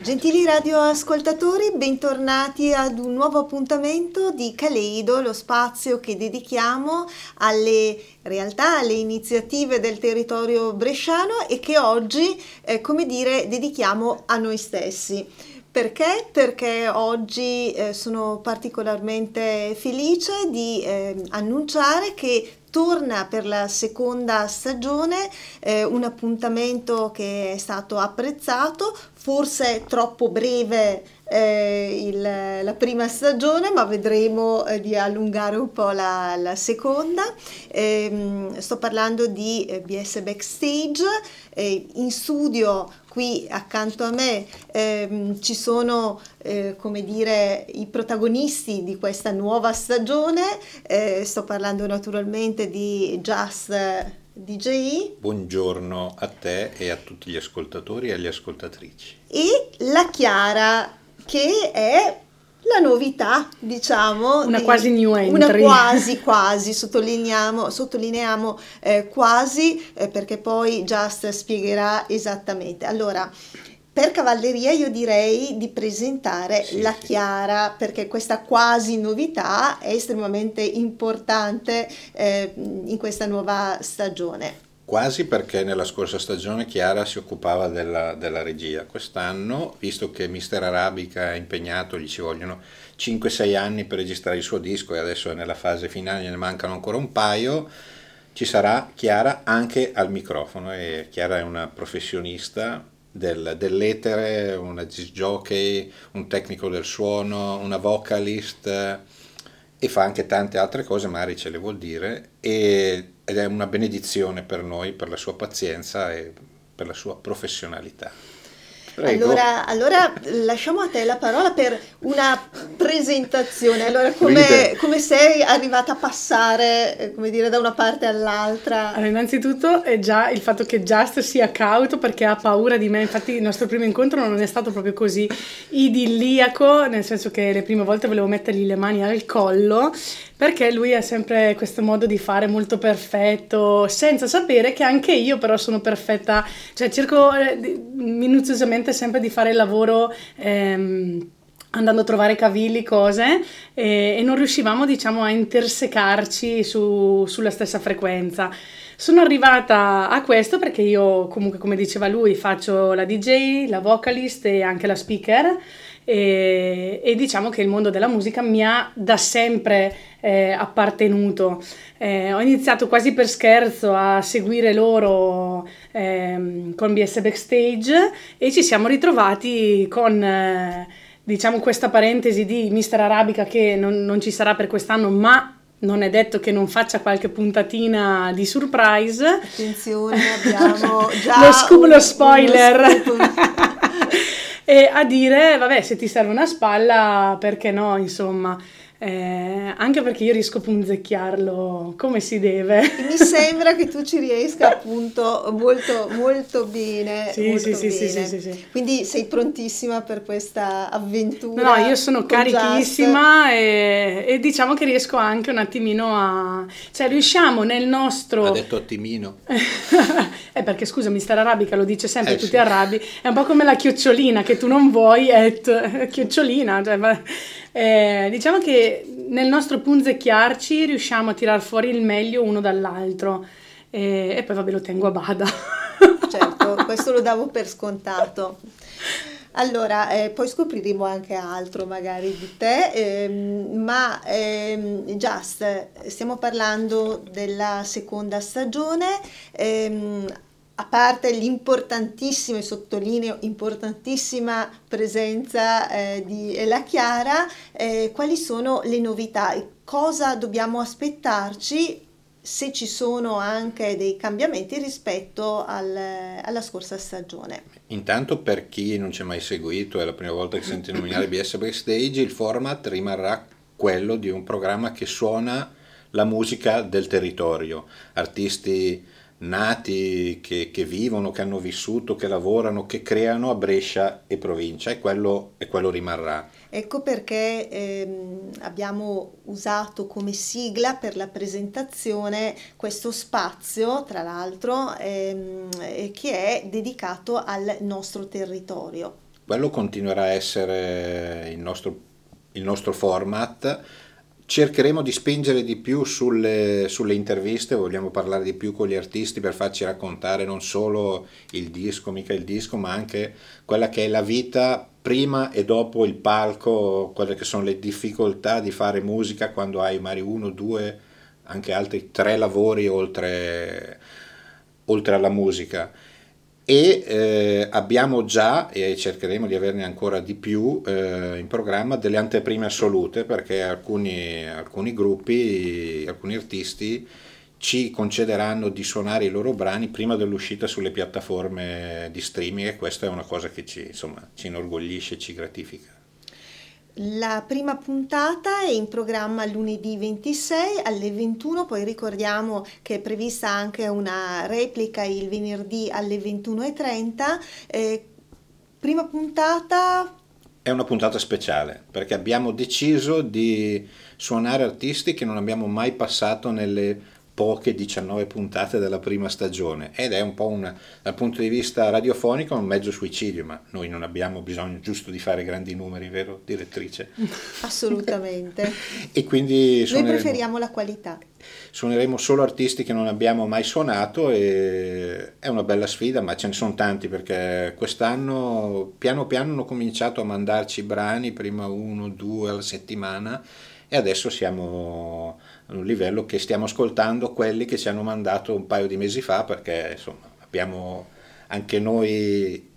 Gentili radioascoltatori, bentornati ad un nuovo appuntamento di Caleido, lo spazio che dedichiamo alle realtà, alle iniziative del territorio bresciano e che oggi, dedichiamo a noi stessi. Perché? Perché oggi sono particolarmente felice di annunciare che torna per la seconda stagione un appuntamento che è stato apprezzato, forse troppo breve la prima stagione, ma vedremo di allungare un po' la seconda. Sto parlando di BS Backstage. In studio qui accanto a me ci sono i protagonisti di questa nuova stagione. Sto parlando naturalmente di Just DJ. Buongiorno a te e a tutti gli ascoltatori e alle ascoltatrici. E la Chiara, che è la novità, diciamo. Una quasi new entry. Una quasi, sottolineiamo quasi, perché poi Just spiegherà esattamente. Allora, per cavalleria io direi di presentare la Chiara, perché questa quasi novità è estremamente importante in questa nuova stagione. Quasi, perché nella scorsa stagione Chiara si occupava della regia. Quest'anno, visto che Mister Arabica è impegnato, gli ci vogliono 5-6 anni per registrare il suo disco e adesso è nella fase finale, ne mancano ancora un paio, ci sarà Chiara anche al microfono. E Chiara è una professionista dell'etere, una disc jockey, un tecnico del suono, una vocalist e fa anche tante altre cose, Mari ce le vuol dire, ed è una benedizione per noi, per la sua pazienza e per la sua professionalità. Prego. Allora lasciamo a te la parola per una presentazione. Allora, come sei arrivata a passare, da una parte all'altra? Allora, innanzitutto è già il fatto che Just sia cauto perché ha paura di me. Infatti il nostro primo incontro non è stato proprio così idilliaco, nel senso che le prime volte volevo mettergli le mani al collo, perché lui ha sempre questo modo di fare molto perfetto, senza sapere che anche io però sono perfetta, cioè cerco minuziosamente sempre di fare il lavoro andando a trovare cavilli, cose, e non riuscivamo a intersecarci sulla stessa frequenza. Sono arrivata a questo perché io comunque, come diceva lui, faccio la DJ, la vocalist e anche la speaker, e diciamo che il mondo della musica mi ha da sempre appartenuto. Ho iniziato quasi per scherzo a seguire loro con BS Backstage e ci siamo ritrovati con questa parentesi di Mister Arabica che non ci sarà per quest'anno, ma non è detto che non faccia qualche puntatina di surprise. Attenzione, abbiamo già lo spoiler. E a dire, vabbè, se ti serve una spalla, perché no, insomma. Anche perché io riesco a punzecchiarlo come si deve. Mi sembra che tu ci riesca appunto molto molto bene. Sì. Quindi sei prontissima per questa avventura? No, io sono carichissima e diciamo che riesco anche un attimino riusciamo nel nostro... Ha detto attimino. Perché scusa, Mister Arabica lo dice sempre, tu ti arrabbi, è un po' come la chiocciolina che tu non vuoi, chiocciolina, diciamo che nel nostro punzecchiarci riusciamo a tirar fuori il meglio uno dall'altro e poi vabbè, lo tengo a bada. Certo, questo lo davo per scontato. Allora, poi scopriremo anche altro magari di te, ma Just, stiamo parlando della seconda stagione. A parte l'importantissima, e sottolineo importantissima, presenza di La Chiara, quali sono le novità? Cosa dobbiamo aspettarci, se ci sono anche dei cambiamenti rispetto alla scorsa stagione? Intanto, per chi non ci ha mai seguito, è la prima volta che sente nominare BS Backstage, il format rimarrà quello di un programma che suona la musica del territorio, artisti nati, che vivono, che hanno vissuto, che lavorano, che creano a Brescia e provincia, e quello rimarrà. Ecco perché abbiamo usato come sigla per la presentazione questo spazio, tra l'altro, che è dedicato al nostro territorio. quello continuerà a essere il nostro format. Cercheremo di spingere di più sulle interviste, vogliamo parlare di più con gli artisti per farci raccontare non solo il disco, mica il disco, ma anche quella che è la vita prima e dopo il palco, quelle che sono le difficoltà di fare musica quando hai magari uno, due, anche altri 3 lavori oltre alla musica. E abbiamo già, e cercheremo di averne ancora di più in programma, delle anteprime assolute, perché alcuni gruppi, alcuni artisti ci concederanno di suonare i loro brani prima dell'uscita sulle piattaforme di streaming, e questa è una cosa che ci inorgoglisce, ci gratifica. La prima puntata è in programma lunedì 26 alle 21, poi ricordiamo che è prevista anche una replica il venerdì alle 21:30. Prima puntata... È una puntata speciale perché abbiamo deciso di suonare artisti che non abbiamo mai passato nelle poche 19 puntate della prima stagione, ed è un po' dal punto di vista radiofonico un mezzo suicidio, ma noi non abbiamo bisogno giusto di fare grandi numeri, vero direttrice? Assolutamente. E quindi noi preferiamo la qualità. Suoneremo solo artisti che non abbiamo mai suonato, e è una bella sfida, ma ce ne sono tanti, perché quest'anno piano piano hanno cominciato a mandarci brani, prima 1-2 alla settimana, e adesso siamo a un livello che stiamo ascoltando quelli che ci hanno mandato un paio di mesi fa, perché insomma abbiamo anche noi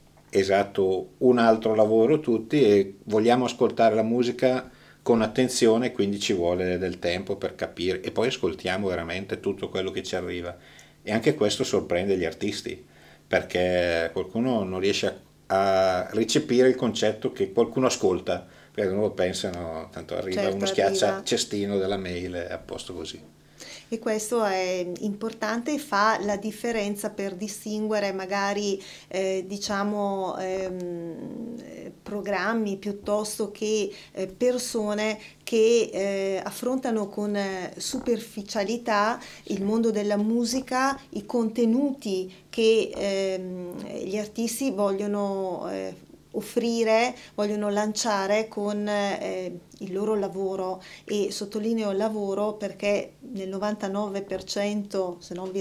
un altro lavoro tutti, e vogliamo ascoltare la musica con attenzione, quindi ci vuole del tempo per capire, e poi ascoltiamo veramente tutto quello che ci arriva, e anche questo sorprende gli artisti, perché qualcuno non riesce a recepire il concetto che qualcuno ascolta, perché loro pensano tanto arriva, certo, uno schiaccia arriva cestino della mail, è a posto così. E questo è importante e fa la differenza per distinguere magari programmi piuttosto che persone che affrontano con superficialità il mondo della musica, i contenuti che gli artisti vogliono offrire, vogliono lanciare con il loro lavoro, e sottolineo lavoro perché nel 99%, se non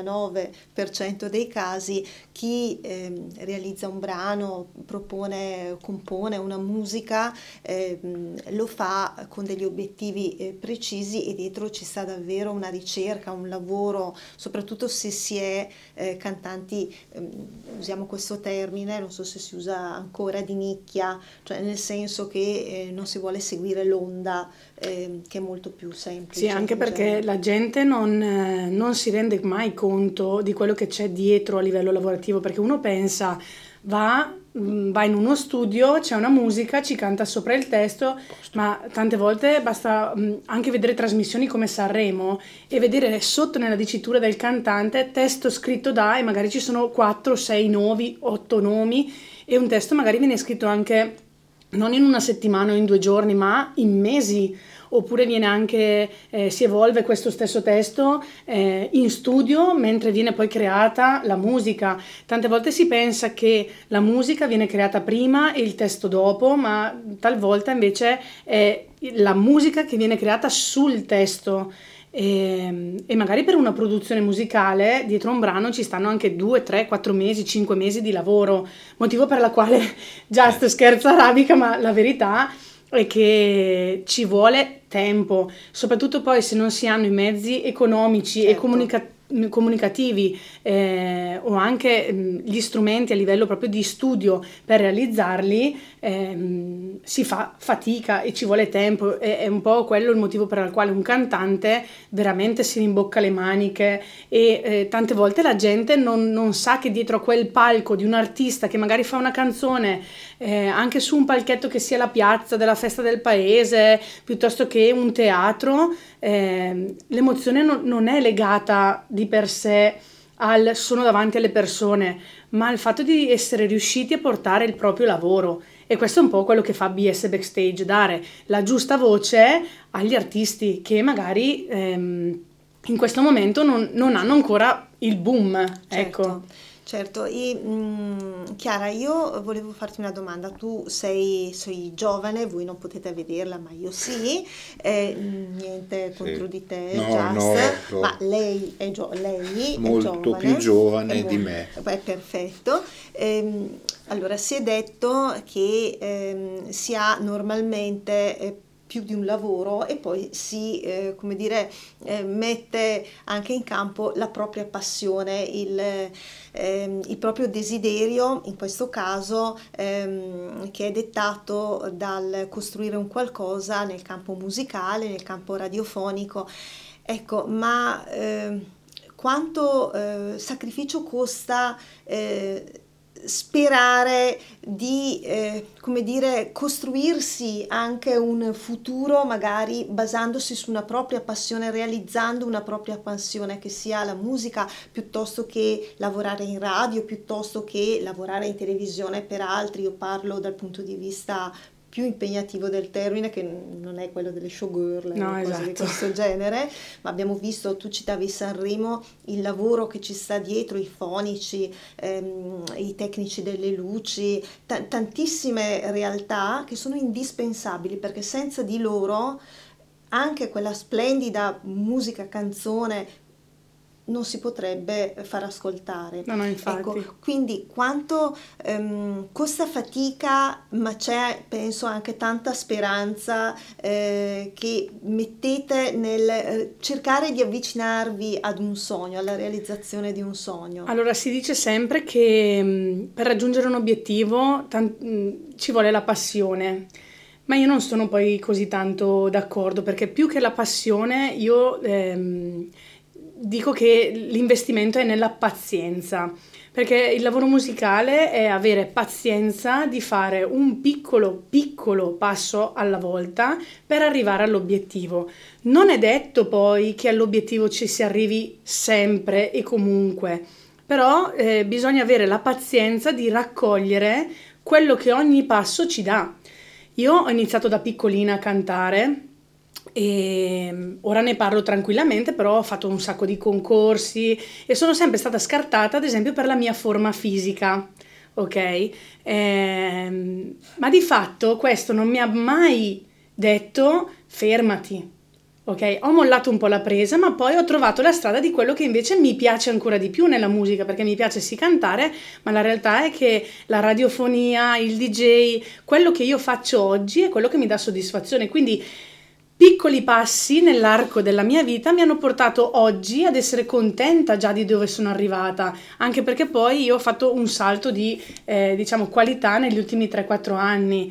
0,9% dei casi, chi realizza un brano, propone, compone una musica, lo fa con degli obiettivi precisi, e dietro ci sta davvero una ricerca, un lavoro, soprattutto se si è cantanti, usiamo questo termine, non so se si usa ancora, di nicchia, cioè nel senso che non si vuole seguire l'onda, che è molto più semplice. Sì, anche perché la gente non si rende mai conto di quello che c'è dietro a livello lavorativo, perché uno pensa, va in uno studio, c'è una musica, ci canta sopra il testo, ma tante volte basta anche vedere trasmissioni come Sanremo e vedere sotto nella dicitura del cantante testo scritto da, e magari ci sono 4, 6 nomi, 8 nomi, e un testo magari viene scritto anche non in una settimana o in 2 giorni, ma in mesi, oppure viene anche, si evolve questo stesso testo in studio mentre viene poi creata la musica. Tante volte si pensa che la musica viene creata prima e il testo dopo, ma talvolta invece è la musica che viene creata sul testo. E magari per una produzione musicale dietro un brano ci stanno anche 2, 3, 4 mesi, 5 mesi di lavoro, motivo per la quale Just scherza arabica, ma la verità è che ci vuole tempo, soprattutto poi se non si hanno i mezzi economici certo. e comunicativi o anche gli strumenti a livello proprio di studio per realizzarli, si fa fatica e ci vuole tempo. È un po' quello il motivo per il quale un cantante veramente si rimbocca le maniche, e tante volte la gente non sa che dietro a quel palco di un artista che magari fa una canzone anche su un palchetto, che sia la piazza della festa del paese piuttosto che un teatro, l'emozione non è legata di per sé al sono davanti alle persone, ma al fatto di essere riusciti a portare il proprio lavoro. E questo è un po' quello che fa BS Backstage, dare la giusta voce agli artisti che magari in questo momento non hanno ancora il boom. Certo. Ecco. Certo, e Chiara, io volevo farti una domanda. Tu sei giovane, voi non potete vederla, ma io sì. Niente Sì. contro di te, No, no, Just, ma lei è molto più giovane, giovane di me. è perfetto. Allora, si è detto che si ha normalmente più di un lavoro e poi si, come dire, mette anche in campo la propria passione, il proprio desiderio, in questo caso che è dettato dal costruire un qualcosa nel campo musicale, nel campo radiofonico. Ecco, ma quanto sacrificio costa sperare di, come dire, costruirsi anche un futuro magari basandosi su una propria passione, realizzando una propria passione che sia la musica, piuttosto che lavorare in radio, piuttosto che lavorare in televisione per altri. Io parlo dal punto di vista più impegnativo del termine, che non è quello delle showgirl, No, cose esatto. di questo genere, ma abbiamo visto, tu citavi Sanremo, il lavoro che ci sta dietro, i fonici, i tecnici delle luci, tantissime realtà che sono indispensabili, perché senza di loro anche quella splendida musica, canzone non si potrebbe far ascoltare. No, infatti. Ecco, quindi quanto costa fatica, ma c'è penso anche tanta speranza che mettete nel cercare di avvicinarvi ad un sogno, alla realizzazione di un sogno. Allora, si dice sempre che per raggiungere un obiettivo ci vuole la passione, ma io non sono poi così tanto d'accordo, perché più che la passione io dico che l'investimento è nella pazienza, perché il lavoro musicale è avere pazienza di fare un piccolo passo alla volta per arrivare all'obiettivo. Non è detto poi che all'obiettivo ci si arrivi sempre e comunque, però bisogna avere la pazienza di raccogliere quello che ogni passo ci dà. Io ho iniziato da piccolina a cantare e ora ne parlo tranquillamente, però ho fatto un sacco di concorsi e sono sempre stata scartata, ad esempio, per la mia forma fisica, ok? Ma di fatto questo non mi ha mai detto fermati, ok? Ho mollato un po' la presa, ma poi ho trovato la strada di quello che invece mi piace ancora di più nella musica, perché mi piace sì cantare, ma la realtà è che la radiofonia, il DJ, quello che io faccio oggi è quello che mi dà soddisfazione, quindi piccoli passi nell'arco della mia vita mi hanno portato oggi ad essere contenta già di dove sono arrivata, anche perché poi io ho fatto un salto di diciamo qualità negli ultimi 3-4 anni.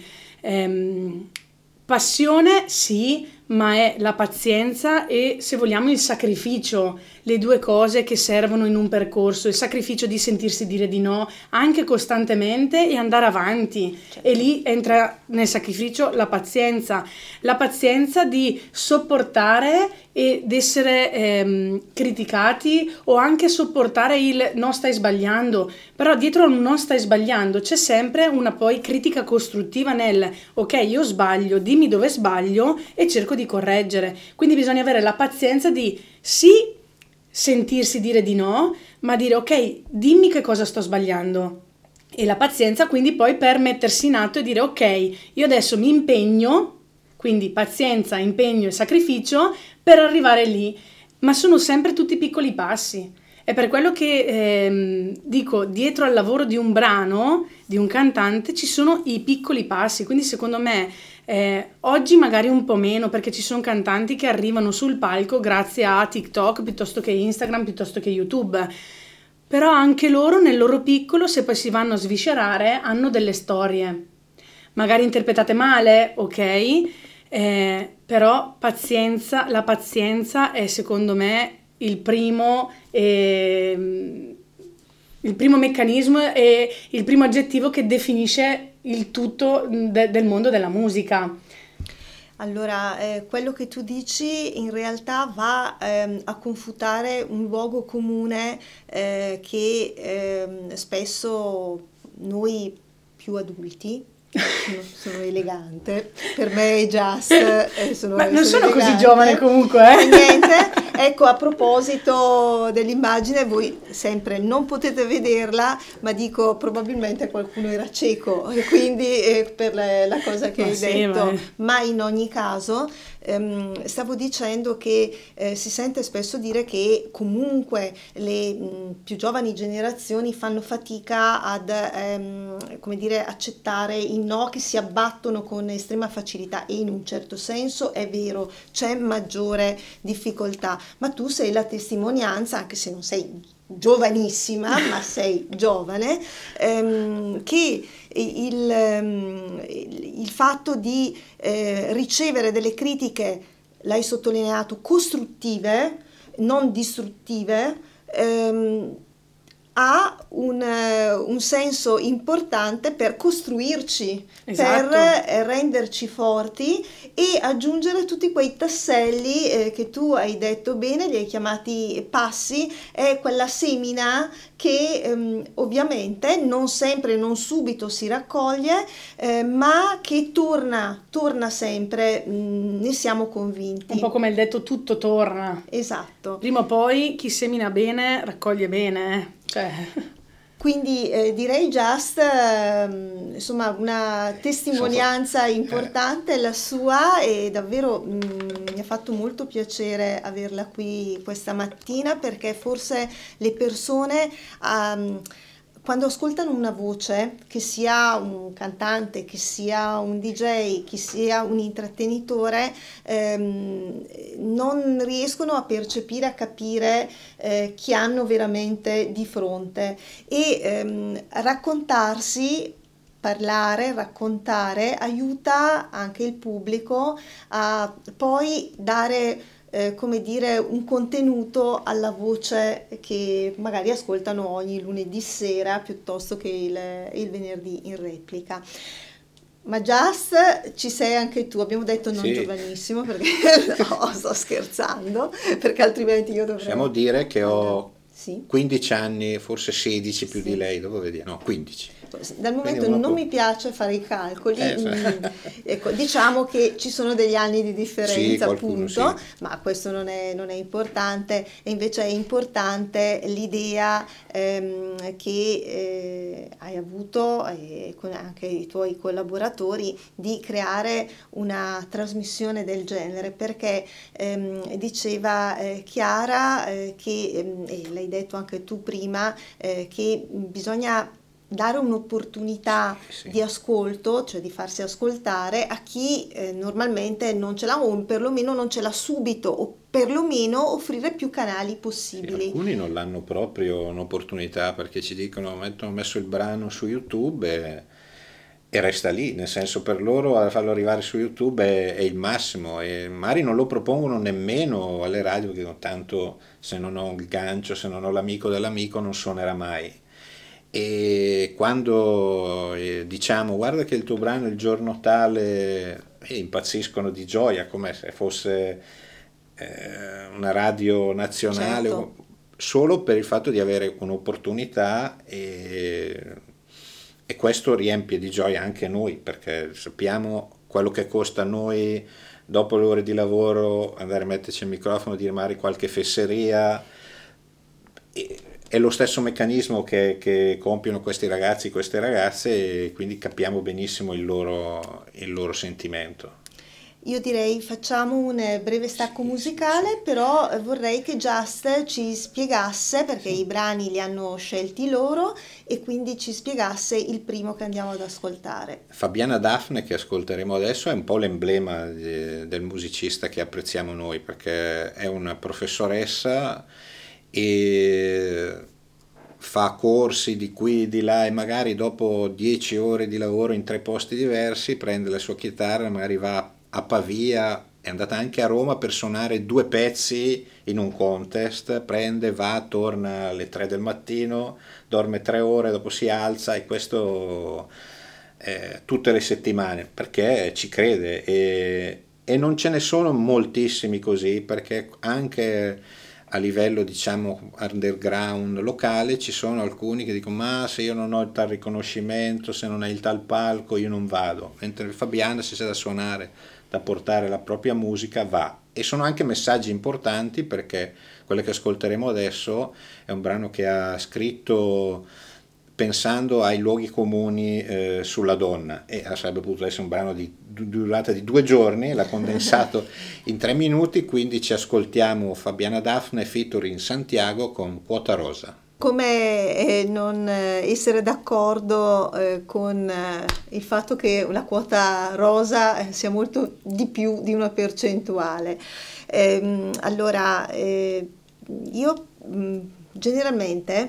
Passione sì, ma è la pazienza e, se vogliamo, il sacrificio, le due cose che servono in un percorso, il sacrificio di sentirsi dire di no anche costantemente e andare avanti. Certo. E lì entra nel sacrificio la pazienza di sopportare ed essere criticati, o anche sopportare il no stai sbagliando, però dietro a un no stai sbagliando c'è sempre una poi critica costruttiva nel ok, io sbaglio, dimmi dove sbaglio e cerco di correggere. Quindi bisogna avere la pazienza di sì sentirsi dire di no, ma dire ok, dimmi che cosa sto sbagliando, e la pazienza quindi poi per mettersi in atto e dire ok, io adesso mi impegno, quindi pazienza, impegno e sacrificio per arrivare lì, ma sono sempre tutti piccoli passi. È per quello che dico, dietro al lavoro di un brano, di un cantante, ci sono i piccoli passi, quindi secondo me oggi magari un po' meno, perché ci sono cantanti che arrivano sul palco grazie a TikTok piuttosto che Instagram, piuttosto che YouTube, però anche loro nel loro piccolo, se poi si vanno a sviscerare, hanno delle storie, magari interpretate male, ok, però pazienza, la pazienza è secondo me il primo meccanismo e il primo aggettivo che definisce il tutto del mondo della musica. Allora, quello che tu dici in realtà va a confutare un luogo comune che spesso noi più adulti, sono elegante, per me è Just, Ma non sono elegante. così giovane comunque, Niente, Ecco, a proposito dell'immagine, voi sempre non potete vederla, ma dico probabilmente qualcuno era cieco e quindi per la cosa che Ma hai sì, detto, ma in ogni caso stavo dicendo che si sente spesso dire che comunque le più giovani generazioni fanno fatica ad come dire, accettare i no, che si abbattono con estrema facilità, e in un certo senso è vero, c'è maggiore difficoltà, ma tu sei la testimonianza, anche se non sei giovanissima, ma sei giovane, che il fatto di ricevere delle critiche, l'hai sottolineato, costruttive, non distruttive, ha un senso importante per costruirci, Esatto. per renderci forti e aggiungere tutti quei tasselli che tu hai detto bene, li hai chiamati passi, è quella semina che ovviamente non sempre, non subito si raccoglie, ma che torna sempre, ne siamo Un convinti. po' come il detto tutto torna. Esatto. Prima o poi chi semina bene raccoglie bene. Cioè, Quindi direi Just, insomma, una testimonianza importante la sua, e davvero mi ha fatto molto piacere averla qui questa mattina, perché forse le persone quando ascoltano una voce, che sia un cantante, che sia un DJ, che sia un intrattenitore, non riescono a percepire, a capire chi hanno veramente di fronte, e parlare, raccontare aiuta anche il pubblico a poi dare, come dire, un contenuto alla voce che magari ascoltano ogni lunedì sera piuttosto che il venerdì in replica. Ma Just, ci sei anche tu, abbiamo detto non Sì. giovanissimo, perché no, sto scherzando, perché altrimenti io dovrei... Possiamo dire che ho Sì. 15 anni, forse 16 più Sì. di lei, dopo vediamo. No, 15. Dal momento Quindi non mi piace fare i calcoli, ecco, diciamo che ci sono degli anni di Sì, differenza, qualcuno appunto, sì. ma questo non è importante, e invece è importante l'idea che hai avuto, con anche i tuoi collaboratori, di creare una trasmissione del genere, perché diceva Chiara, che, e l'hai detto anche tu prima, che bisogna dare un'opportunità Sì. di ascolto, cioè di farsi ascoltare, a chi normalmente non ce l'ha, o perlomeno non ce l'ha subito, o perlomeno offrire più canali Sì, possibili. alcuni non l'hanno proprio un'opportunità perché ci dicono ho messo il brano su YouTube e resta lì, nel senso per loro a farlo arrivare su YouTube è il massimo, e magari non lo propongono nemmeno alle radio perché dicono tanto se non ho il gancio, se non ho l'amico dell'amico non suonerà mai. E quando diciamo guarda che il tuo brano è il giorno tale, impazziscono di gioia come se fosse una radio nazionale, Certo. solo per il fatto di avere un'opportunità, e questo riempie di gioia anche noi perché sappiamo quello che costa a noi dopo le ore di lavoro andare a metterci il microfono, dire magari qualche fesseria. È lo stesso meccanismo che compiono questi ragazzi, queste ragazze, e quindi capiamo benissimo il loro sentimento. Io direi facciamo un breve stacco musicale, però vorrei che Just ci spiegasse, perché i brani li hanno scelti loro, e quindi ci spiegasse il primo che andiamo ad ascoltare. Fabiana Daphne, che ascolteremo adesso, è un po' l'emblema del musicista che apprezziamo noi, perché è una professoressa e fa corsi di qui e di là, e magari dopo 10 ore di lavoro in 3 posti diversi prende la sua chitarra, magari va a Pavia, è andata anche a Roma per suonare 2 pezzi in un contest, prende, va, torna alle 3 del mattino, dorme 3 ore, dopo si alza, e questo tutte le settimane perché ci crede, e non ce ne sono moltissimi così, perché anche a livello diciamo underground locale ci sono alcuni che dicono ma se io non ho il tal riconoscimento, se non hai il tal palco io non vado, mentre Fabiana se c'è da suonare, da portare la propria musica va. E sono anche messaggi importanti perché quello che ascolteremo adesso è un brano che ha scritto pensando ai luoghi comuni sulla donna e sarebbe potuto essere un brano di durata di 2 giorni, l'ha condensato in 3 minuti, quindi ci ascoltiamo Fabiana Daphne featuring Santiago con Quota Rosa. Come non essere d'accordo con il fatto che la quota rosa sia molto di più di una percentuale. Allora, io generalmente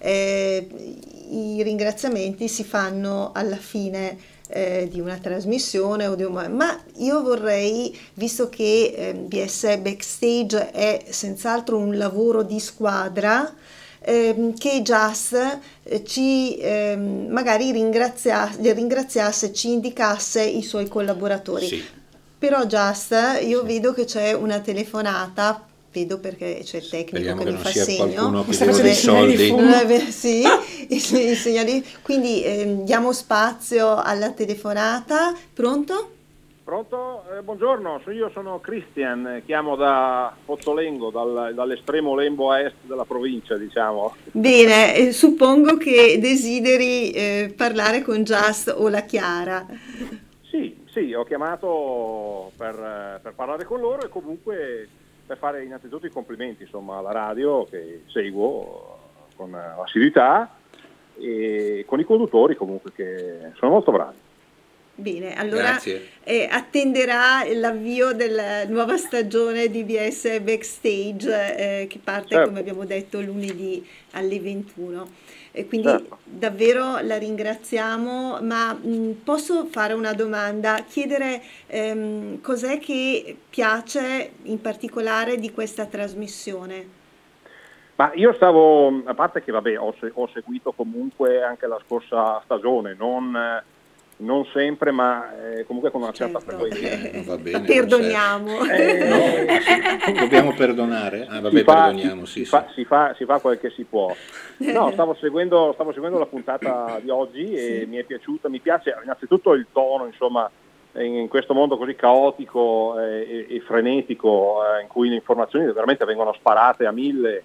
i ringraziamenti si fanno alla fine di una trasmissione ma io vorrei, visto che BS Backstage è senz'altro un lavoro di squadra, che Just ci magari ringraziasse, ci indicasse i suoi collaboratori. Sì. Però Just, io vedo che c'è una telefonata, vedo perché c'è il tecnico Speriamo che mi non fa sia segno. qualcuno che Stiamo deve dei segnali di soldi. fumo. Sì, i segnali. Quindi diamo spazio alla telefonata. Pronto? Pronto? Buongiorno, io sono Christian, chiamo da Pozzolengo, dall'estremo lembo a est della provincia, diciamo. Bene, suppongo che desideri parlare con Just o la Chiara. Sì, ho chiamato per parlare con loro e comunque per fare innanzitutto i complimenti, insomma, alla radio che seguo con assiduità e con i conduttori comunque che sono molto bravi. Bene, allora Grazie. attenderà l'avvio della nuova stagione di BS Backstage che parte, Certo. come abbiamo detto, lunedì alle 21. Quindi Certo. davvero la ringraziamo, ma posso fare una domanda, chiedere cos'è che piace in particolare di questa trasmissione? Ma io stavo, a parte che vabbè, ho seguito comunque anche la scorsa stagione, non sempre, ma comunque con una certa Certo. frequenza. Non va bene. Perdoniamo. No, sì. Dobbiamo perdonare? Ah, vabbè, Si fa- perdoniamo, sì, si sì. fa, si fa quel che si può. No, stavo seguendo la puntata di oggi e Sì. mi è piaciuta, mi piace innanzitutto il tono, insomma, in questo mondo così caotico e frenetico in cui le informazioni veramente vengono sparate a 1000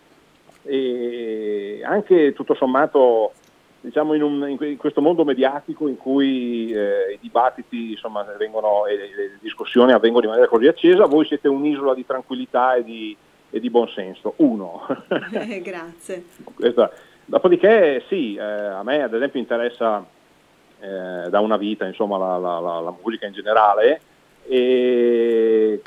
e anche tutto sommato, diciamo, in questo mondo mediatico in cui i dibattiti insomma vengono e le discussioni avvengono in maniera così accesa, voi siete un'isola di tranquillità e di buonsenso. Grazie. Dopodiché sì, a me ad esempio interessa da una vita insomma la musica in generale e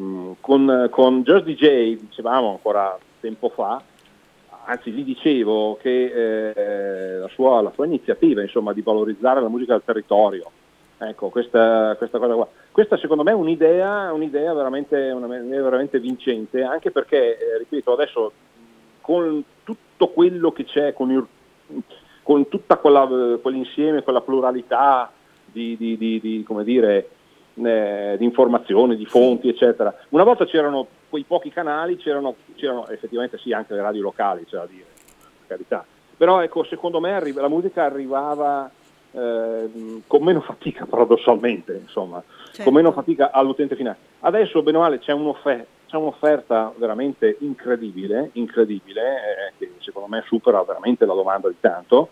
con Just DJ dicevamo ancora tempo fa, anzi gli dicevo che la sua iniziativa insomma di valorizzare la musica del territorio, ecco, questa cosa qua, questa secondo me è un'idea veramente vincente, anche perché ripeto adesso con tutto quello che c'è, con tutta quell'insieme, quella pluralità di come dire, di informazioni, di fonti, eccetera. Una volta c'erano quei pochi canali, c'erano effettivamente sì anche le radio locali, c'è da dire, per carità. Però ecco, secondo me la musica arrivava con meno fatica paradossalmente, insomma, Certo. con meno fatica all'utente finale. Adesso bene o male c'è un'offerta veramente incredibile, che secondo me supera veramente la domanda di tanto,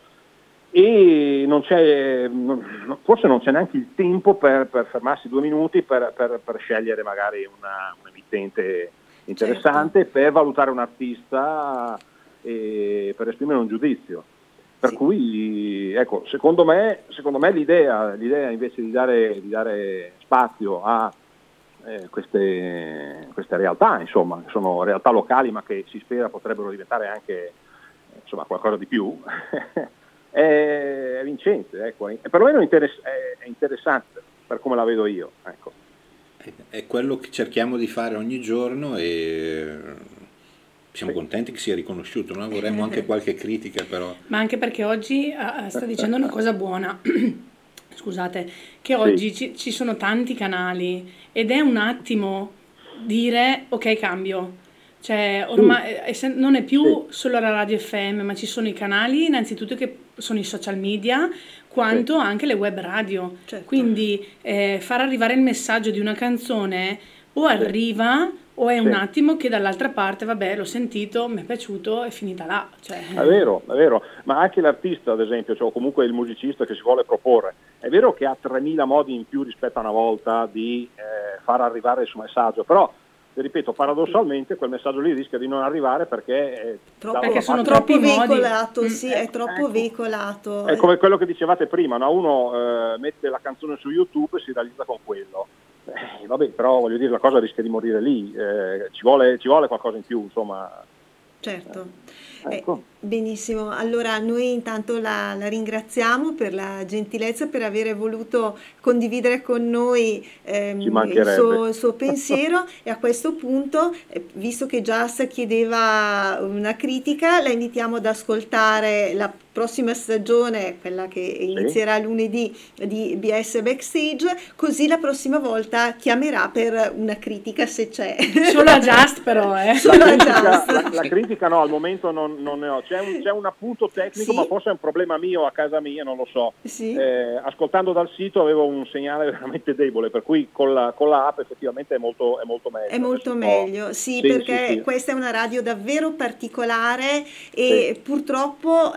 e forse non c'è neanche il tempo per fermarsi 2 minuti per scegliere magari un emittente interessante, Certo. per valutare un artista e per esprimere un giudizio. Per Sì. cui ecco, secondo me l'idea invece di dare spazio a queste realtà, insomma, che sono realtà locali ma che si spera potrebbero diventare anche insomma qualcosa di più, è vincente, ecco. Perlomeno è interessante per come la vedo io, ecco. È quello che cerchiamo di fare ogni giorno e siamo contenti che sia riconosciuto, no? Vorremmo anche qualche critica però. Ma anche perché oggi sta dicendo una cosa buona. Scusate, che Sì. oggi ci sono tanti canali ed è un attimo dire ok, cambio. Cioè, ormai non è più sì, solo la radio FM, ma ci sono i canali, innanzitutto che sono i social media, sì, quanto anche le web radio. Certo. Quindi far arrivare il messaggio di una canzone o sì, arriva o è un sì. attimo che dall'altra parte, vabbè, l'ho sentito, mi è piaciuto, è finita là. Cioè, È vero, ma anche l'artista, ad esempio, cioè, o comunque il musicista che si vuole proporre, è vero che ha 3000 modi in più rispetto a una volta di far arrivare il suo messaggio, però, ti ripeto, paradossalmente quel messaggio lì rischia di non arrivare perché Perché sono Troppo troppi modi. veicolato, sì, è troppo ecco, veicolato. è come quello che dicevate prima, no? Uno mette la canzone su YouTube e si realizza con quello. Vabbè, però voglio dire, la cosa rischia di morire lì, ci vuole qualcosa in più, insomma. Certo. Ecco. Benissimo, allora noi intanto la ringraziamo per la gentilezza, per aver voluto condividere con noi Ci mancherebbe. il suo pensiero e a questo punto, visto che Just chiedeva una critica, la invitiamo ad ascoltare la prossima stagione, quella che Sì. inizierà lunedì di BS Backstage, così la prossima volta chiamerà per una critica se c'è. Solo a Just però, Solo a critica, Just. la critica no, al momento non ne ho. C'è un appunto tecnico, Sì? ma forse è un problema mio a casa mia, non lo so. Sì? Ascoltando dal sito avevo un segnale veramente debole, per cui con la app effettivamente è molto meglio. È molto Adesso meglio, sì, sì, perché sì, questa è una radio davvero particolare sì, e purtroppo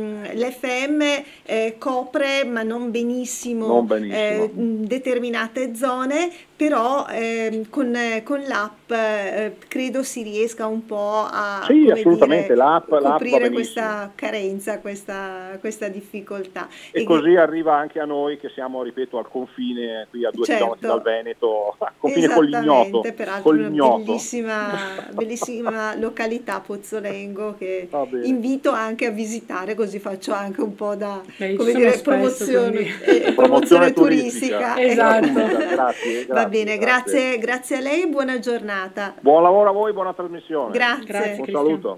l'FM copre, ma non benissimo, non benissimo. determinate zone, però con l'app credo si riesca un po' a, Sì, come assolutamente, dire, l'app va coprire benissimo. questa carenza, questa difficoltà. E così arriva anche a noi che siamo, ripeto, al confine, qui a 2 chilometri dal Certo, Veneto, al confine esattamente, con peraltro una l'ignoto. bellissima località Pozzolengo che Va bene. invito anche a visitare, così faccio anche un po' da, Beh, io ci come sono dire, spesso, quindi... promozione turistica. turistica. Esatto. Grazie, Va bene, grazie. grazie a lei, buona giornata. Buon lavoro a voi, buona trasmissione. Grazie. Grazie, Un Cristian. saluto.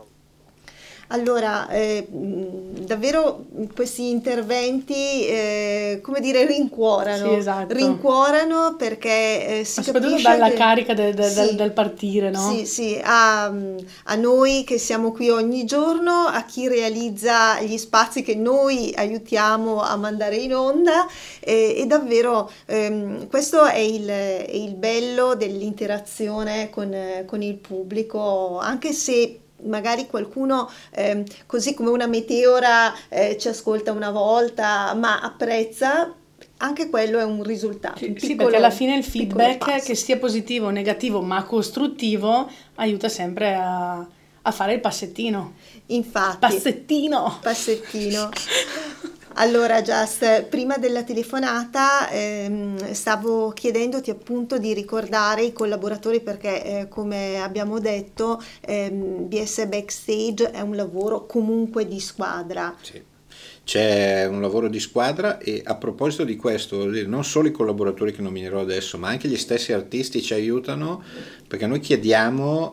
Allora, davvero questi interventi, come dire, Sì, esatto. rincuorano perché si Ma soprattutto capisce dalla che carica sì, del partire, no? sì, sì, a noi che siamo qui ogni giorno, a chi realizza gli spazi che noi aiutiamo a mandare in onda e davvero questo è il bello dell'interazione con il pubblico, anche se magari qualcuno così come una meteora ci ascolta una volta, ma apprezza, anche quello è un risultato, un Sì, perché alla fine il piccolo feedback, passo. che sia positivo o negativo, ma costruttivo, aiuta sempre a fare il passettino. Infatti, passettino. Allora, Just, prima della telefonata stavo chiedendoti appunto di ricordare i collaboratori perché, come abbiamo detto, BS Backstage è un lavoro comunque di squadra. Sì. C'è un lavoro di squadra e a proposito di questo, voglio dire, non solo i collaboratori che nominerò adesso, ma anche gli stessi artisti ci aiutano perché noi chiediamo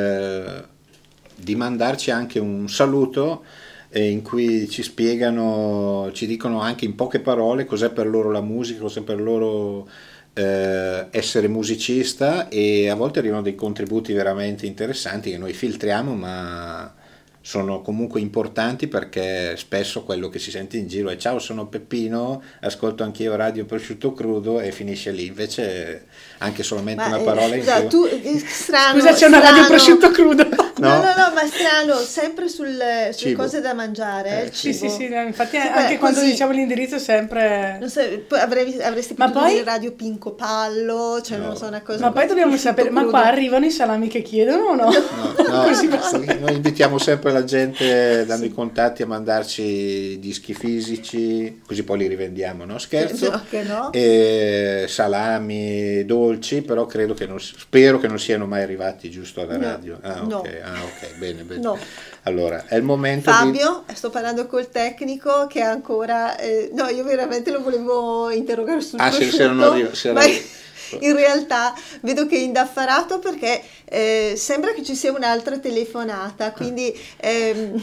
di mandarci anche un saluto in cui ci spiegano, ci dicono anche in poche parole cos'è per loro la musica, cos'è per loro essere musicista e a volte arrivano dei contributi veramente interessanti che noi filtriamo ma sono comunque importanti perché spesso quello che si sente in giro è ciao sono Peppino, ascolto anch'io Radio Prosciutto Crudo e finisce lì, invece anche solamente una parola scusa, in più. Strano, Scusa, c'è una radio prosciutto crudo. No, ma strano, sempre sulle Cibo. cose da mangiare, il Sì, cibo. sì, infatti Sì, anche quando così. diciamo l'indirizzo sempre... Non so, poi avresti Ma potuto poi- dire Radio Pinco Pallo, cioè non so, una cosa. Ma poi dobbiamo prosciutto sapere, ma crudo. qua arrivano i salami che chiedono o no? No, Così basta. noi invitiamo sempre la gente dando i contatti a mandarci dischi fisici, così poi li rivendiamo, no? Scherzo. No, che no. E salami, dolci, però spero che non siano mai arrivati giusto alla No, radio. no. Ok, bene. No. Allora, è il momento di... Fabio, sto parlando col tecnico che ancora... no, io veramente lo volevo interrogare sul se non prosciutto, arriva- se ma era- in realtà vedo che è indaffarato perché sembra che ci sia un'altra telefonata, quindi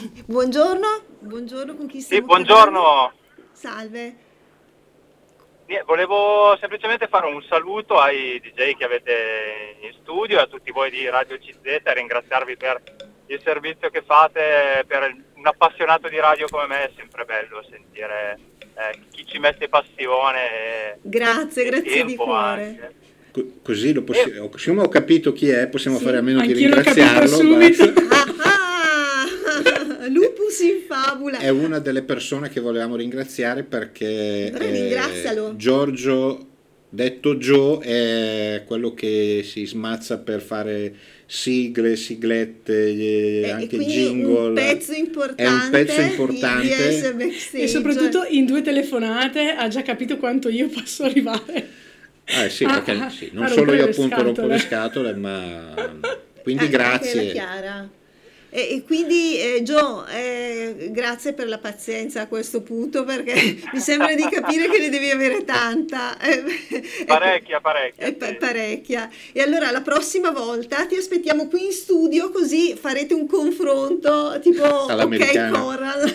buongiorno, con chi Sì, stiamo buongiorno. parlando? Salve. Volevo semplicemente fare un saluto ai DJ che avete in studio e a tutti voi di Radio CZ e ringraziarvi per il servizio che fate. Per un appassionato di radio come me è sempre bello sentire chi ci mette passione Grazie di cuore. Anche. Così siccome ho capito chi è, possiamo fare a meno che anch'io l'ho ringraziarlo. capito subito. Lupus in fabula. È una delle persone che volevamo ringraziare perché ringrazialo. Giorgio, detto Joe, è quello che si smazza per fare siglette, anche jingle. Un pezzo importante, è un pezzo importante Backstage. E soprattutto in 2 telefonate ha già capito quanto io posso arrivare. Sì, perché non a solo io rompere le appunto rompo le scatole. scatole, ma quindi Anche grazie. la Chiara. E quindi Joe, grazie per la pazienza a questo punto, perché mi sembra di capire che ne devi avere tanta. Parecchia. Parecchia. E allora la prossima volta ti aspettiamo qui in studio, così farete un confronto tipo ok Coral.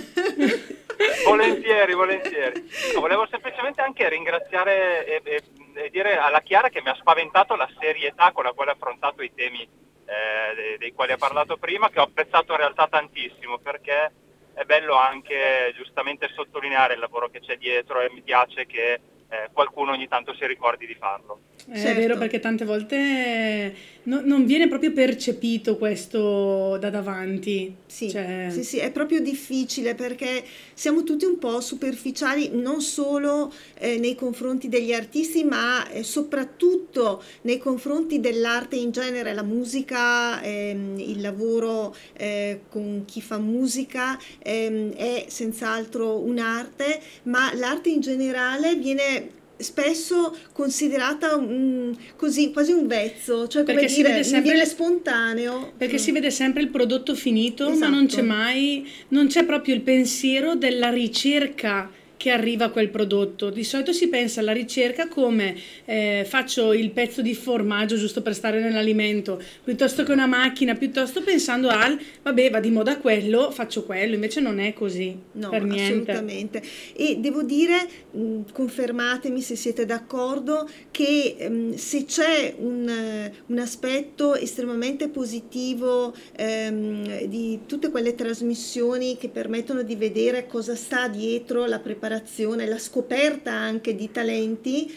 Volentieri. Volevo semplicemente anche ringraziare e dire alla Chiara che mi ha spaventato la serietà con la quale ha affrontato i temi dei quali ha parlato prima, che ho apprezzato in realtà tantissimo, perché è bello anche giustamente sottolineare il lavoro che c'è dietro e mi piace che qualcuno ogni tanto si ricordi di farlo. È vero, perché tante volte non viene proprio percepito questo da davanti. Sì, è proprio difficile, perché siamo tutti un po' superficiali, non solo nei confronti degli artisti, ma soprattutto nei confronti dell'arte in genere. La musica, il lavoro con chi fa musica è senz'altro un'arte, ma l'arte in generale viene spesso considerata così quasi un vezzo, cioè come perché si vede sempre viene spontaneo, perché si vede sempre il prodotto finito, esatto. Ma non c'è proprio il pensiero della ricerca che arriva a quel prodotto. Di solito si pensa alla ricerca come faccio il pezzo di formaggio giusto per stare nell'alimento, piuttosto che una macchina, piuttosto pensando vabbè, va di moda quello, faccio quello. Invece non è così, no, per niente. Assolutamente. E devo dire, confermatemi se siete d'accordo, che se c'è un aspetto estremamente positivo di tutte quelle trasmissioni che permettono di vedere cosa sta dietro la preparazione, la scoperta anche di talenti,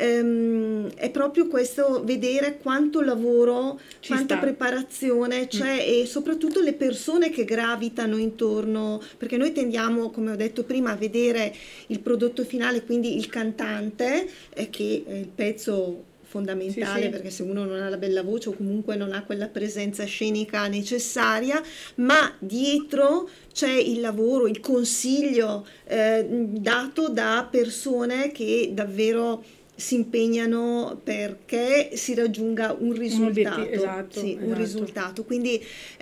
è proprio questo, vedere quanto lavoro, quanta preparazione c'è e soprattutto le persone che gravitano intorno, perché noi tendiamo, come ho detto prima, a vedere il prodotto finale, quindi il cantante, che è il pezzo fondamentale, perché se uno non ha la bella voce o comunque non ha quella presenza scenica necessaria, ma dietro c'è il lavoro, il consiglio dato da persone che davvero si impegnano perché si raggiunga un risultato. Esatto. Risultato. Quindi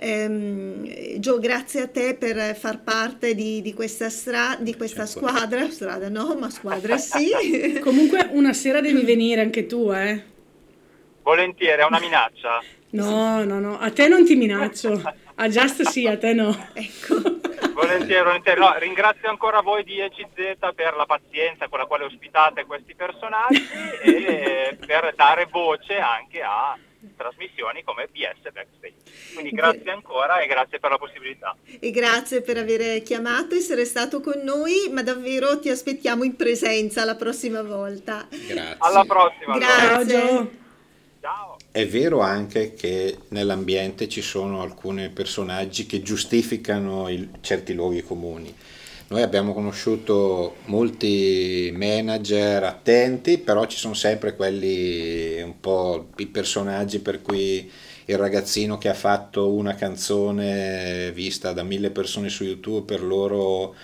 Gio, grazie a te per far parte di questa squadra no, ma squadra sì. Comunque una sera devi venire anche tu, Volentieri, è una minaccia. No, a te non ti minaccio, a Just sì, a te no. Ecco. Volentieri. No, ringrazio ancora voi di ECZ per la pazienza con la quale ospitate questi personaggi e per dare voce anche a trasmissioni come BS Backstage. Quindi grazie ancora e grazie per la possibilità. E grazie per aver chiamato, essere stato con noi, ma davvero ti aspettiamo in presenza la prossima volta. Grazie. Alla prossima. Grazie. Ciao. Ciao. È vero anche che nell'ambiente ci sono alcuni personaggi che giustificano certi luoghi comuni. Noi abbiamo conosciuto molti manager attenti, però ci sono sempre quelli un po' i personaggi per cui il ragazzino che ha fatto una canzone vista da 1000 persone su YouTube, per loro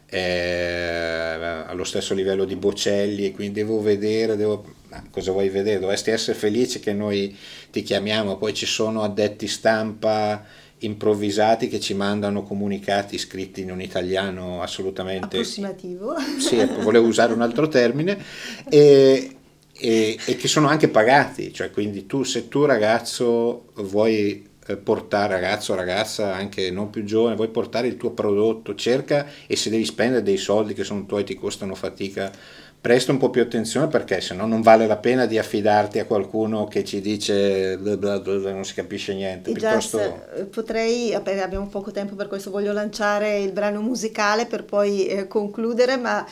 allo stesso livello di Bocelli, e quindi cosa vuoi vedere? Dovresti essere felice che noi ti chiamiamo. Poi ci sono addetti stampa improvvisati che ci mandano comunicati scritti in un italiano assolutamente approssimativo, sì, volevo usare un altro termine, e che sono anche pagati, cioè quindi se tu ragazzo vuoi portare, ragazza anche non più giovane, vuoi portare il tuo prodotto, cerca, e se devi spendere dei soldi che sono tuoi, ti costano fatica, presta un po' più attenzione, perché se no non vale la pena di affidarti a qualcuno che ci dice bla bla bla, non si capisce niente. Potrei, abbiamo poco tempo, per questo voglio lanciare il brano musicale per poi concludere, ma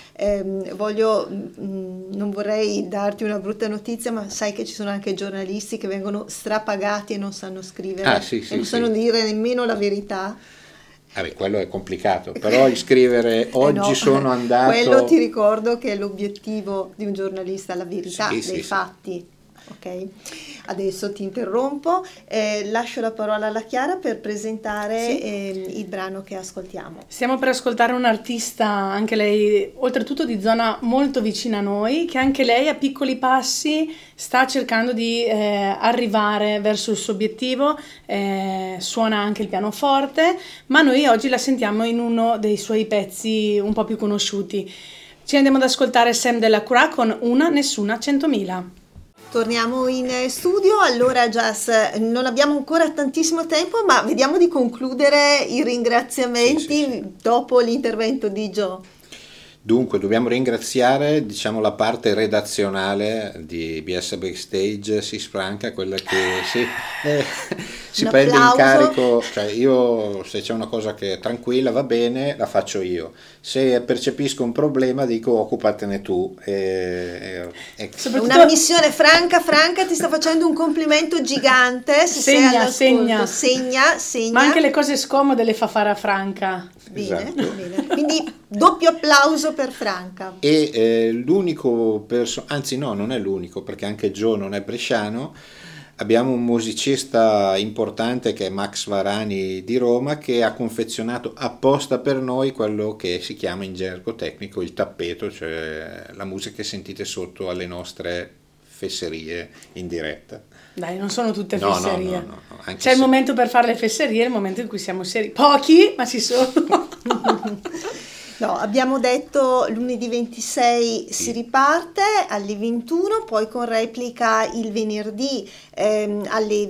non vorrei darti una brutta notizia, ma sai che ci sono anche giornalisti che vengono strapagati e non sanno scrivere, e non sanno dire nemmeno la verità. Quello è complicato, però iscrivere oggi sono andato... Quello ti ricordo che è l'obiettivo di un giornalista, la verità dei fatti. Ok, adesso ti interrompo, lascio la parola alla Chiara per presentare il brano che ascoltiamo. Stiamo per ascoltare un'artista, anche lei oltretutto di zona molto vicina a noi, che anche lei a piccoli passi sta cercando di arrivare verso il suo obiettivo, suona anche il pianoforte, ma noi oggi la sentiamo in uno dei suoi pezzi un po' più conosciuti. Ci andiamo ad ascoltare Sam Della Croix con Una Nessuna 100.000. Torniamo in studio. Allora Jas, non abbiamo ancora tantissimo tempo, ma vediamo di concludere i ringraziamenti dopo l'intervento di Joe. Dunque, dobbiamo ringraziare, la parte redazionale di BS Backstage, Sis Franca, quella che si prende in carico, io, se c'è una cosa che è tranquilla, va bene, la faccio io. Se percepisco un problema, dico occupatene tu. Una missione Franca ti sta facendo un complimento gigante. Segna. Segna. Ma anche le cose scomode le fa fare a Franca. Bene. Quindi doppio applauso per Franca. E l'unico anzi no, non è l'unico, perché anche Joe non è bresciano. Abbiamo un musicista importante che è Max Varani di Roma, che ha confezionato apposta per noi quello che si chiama in gergo tecnico il tappeto, cioè la musica che sentite sotto alle nostre fesserie in diretta. Dai, non sono tutte fesserie. No, c'è il momento per fare le fesserie, il momento in cui siamo seri. Pochi, ma ci sono. No, abbiamo detto lunedì 26 si riparte alle 21, poi con replica il venerdì alle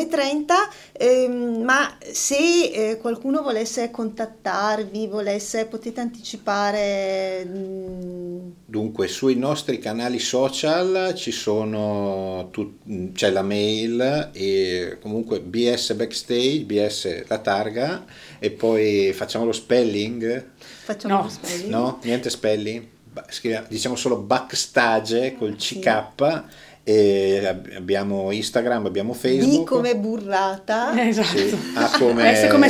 21:30, ma se qualcuno volesse contattarvi, potete anticipare. Dunque, sui nostri canali social ci sono c'è la mail, e comunque BS Backstage, BS la targa, e poi facciamo lo spelling. Facciamo lo spelling? No, niente spelling, diciamo solo backstage col CK. E abbiamo Instagram, abbiamo Facebook. B come burrata. Esatto. Sì. Come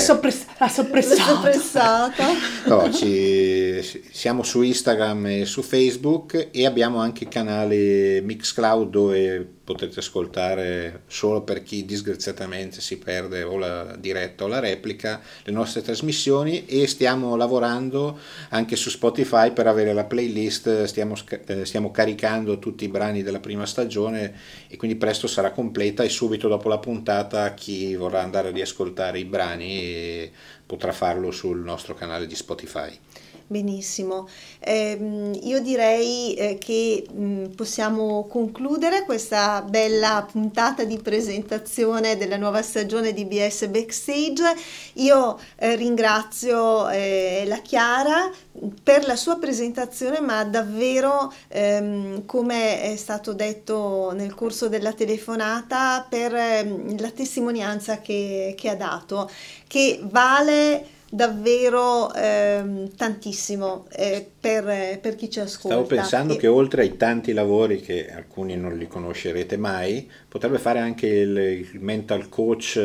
soppressata. No, siamo su Instagram e su Facebook, e abbiamo anche il canale Mixcloud, dove potete ascoltare, solo per chi disgraziatamente si perde o la diretta o la replica, le nostre trasmissioni, e stiamo lavorando anche su Spotify per avere la playlist. Stiamo caricando tutti i brani della prima stagione, e quindi presto sarà completa, e subito dopo la puntata chi vorrà andare a riascoltare i brani potrà farlo sul nostro canale di Spotify. Benissimo, io direi che possiamo concludere questa bella puntata di presentazione della nuova stagione di BS Backstage. Io ringrazio la Chiara per la sua presentazione, ma davvero, come è stato detto nel corso della telefonata, per la testimonianza che ha dato, che vale davvero tantissimo per chi ci ascolta. Stavo pensando che oltre ai tanti lavori, che alcuni non li conoscerete mai, potrebbe fare anche il mental coach,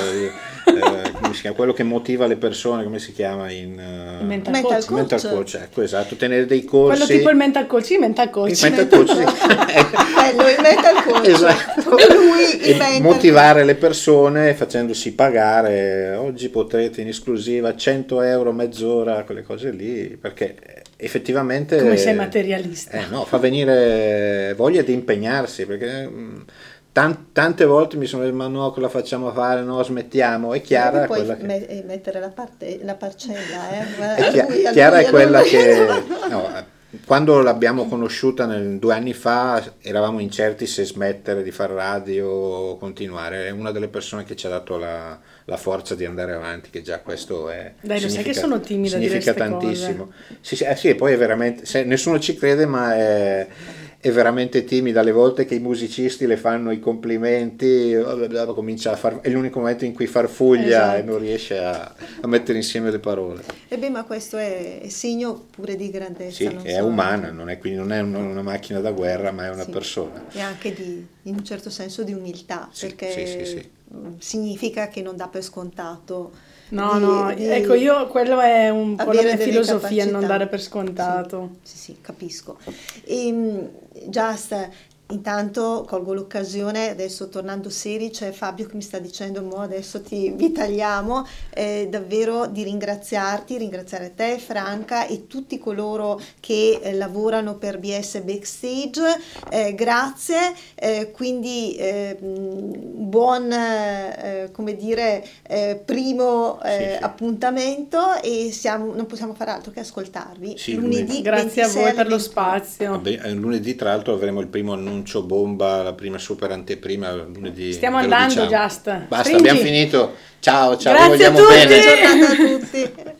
come si chiama? Quello che motiva le persone, come si chiama? Mental coach, ecco, esatto, tenere dei corsi. Quello tipo il mental coach, il mental coach. Il mental coach, sì. Quello, il mental coach. Esatto. Lui, e motivare le persone facendosi pagare. Oggi potrete in esclusiva 100 euro mezz'ora, quelle cose lì, perché effettivamente come sei materialista. No, fa venire voglia di impegnarsi, perché tante volte mi sono detto: ma no, cosa facciamo fare, no, smettiamo. E Chiara è quella che mettere la parcella, Chiara è quella che no, quando l'abbiamo conosciuta 2 anni fa eravamo incerti se smettere di fare radio o continuare. È una delle persone che ci ha dato la forza di andare avanti, che già questo è... Dai, lo sai che sono timida a dire significa queste tantissimo. Sì, e poi è veramente... nessuno ci crede, ma è veramente timida. Alle volte che i musicisti le fanno i complimenti, comincia è l'unico momento in cui farfuglia, e non riesce a mettere insieme le parole. E beh, ma questo è segno pure di grandezza. Sì, non è so. umana, quindi non è una macchina da guerra, ma è una persona. E anche in un certo senso di umiltà, Sì, perché sì. Significa che non dà per scontato. Ecco, io quello è un po' la mia filosofia, capacità. non dare per scontato. Sì, capisco. Just, intanto colgo l'occasione, adesso tornando seri, c'è Fabio che mi sta dicendo, adesso vi tagliamo, davvero di ringraziare te, Franca, e tutti coloro che lavorano per BS Backstage, grazie, quindi buon, come dire, primo appuntamento, e non possiamo fare altro che ascoltarvi. Sì, lunedì grazie a voi per lo 21. spazio. Lunedì tra l'altro avremo il primo annuncio bomba, la prima super anteprima lunedì. Stiamo andando, diciamo. Just. Basta, Stringi. abbiamo finito. Ciao, Grazie vi vogliamo a tutti. bene. Buona giornata a tutti.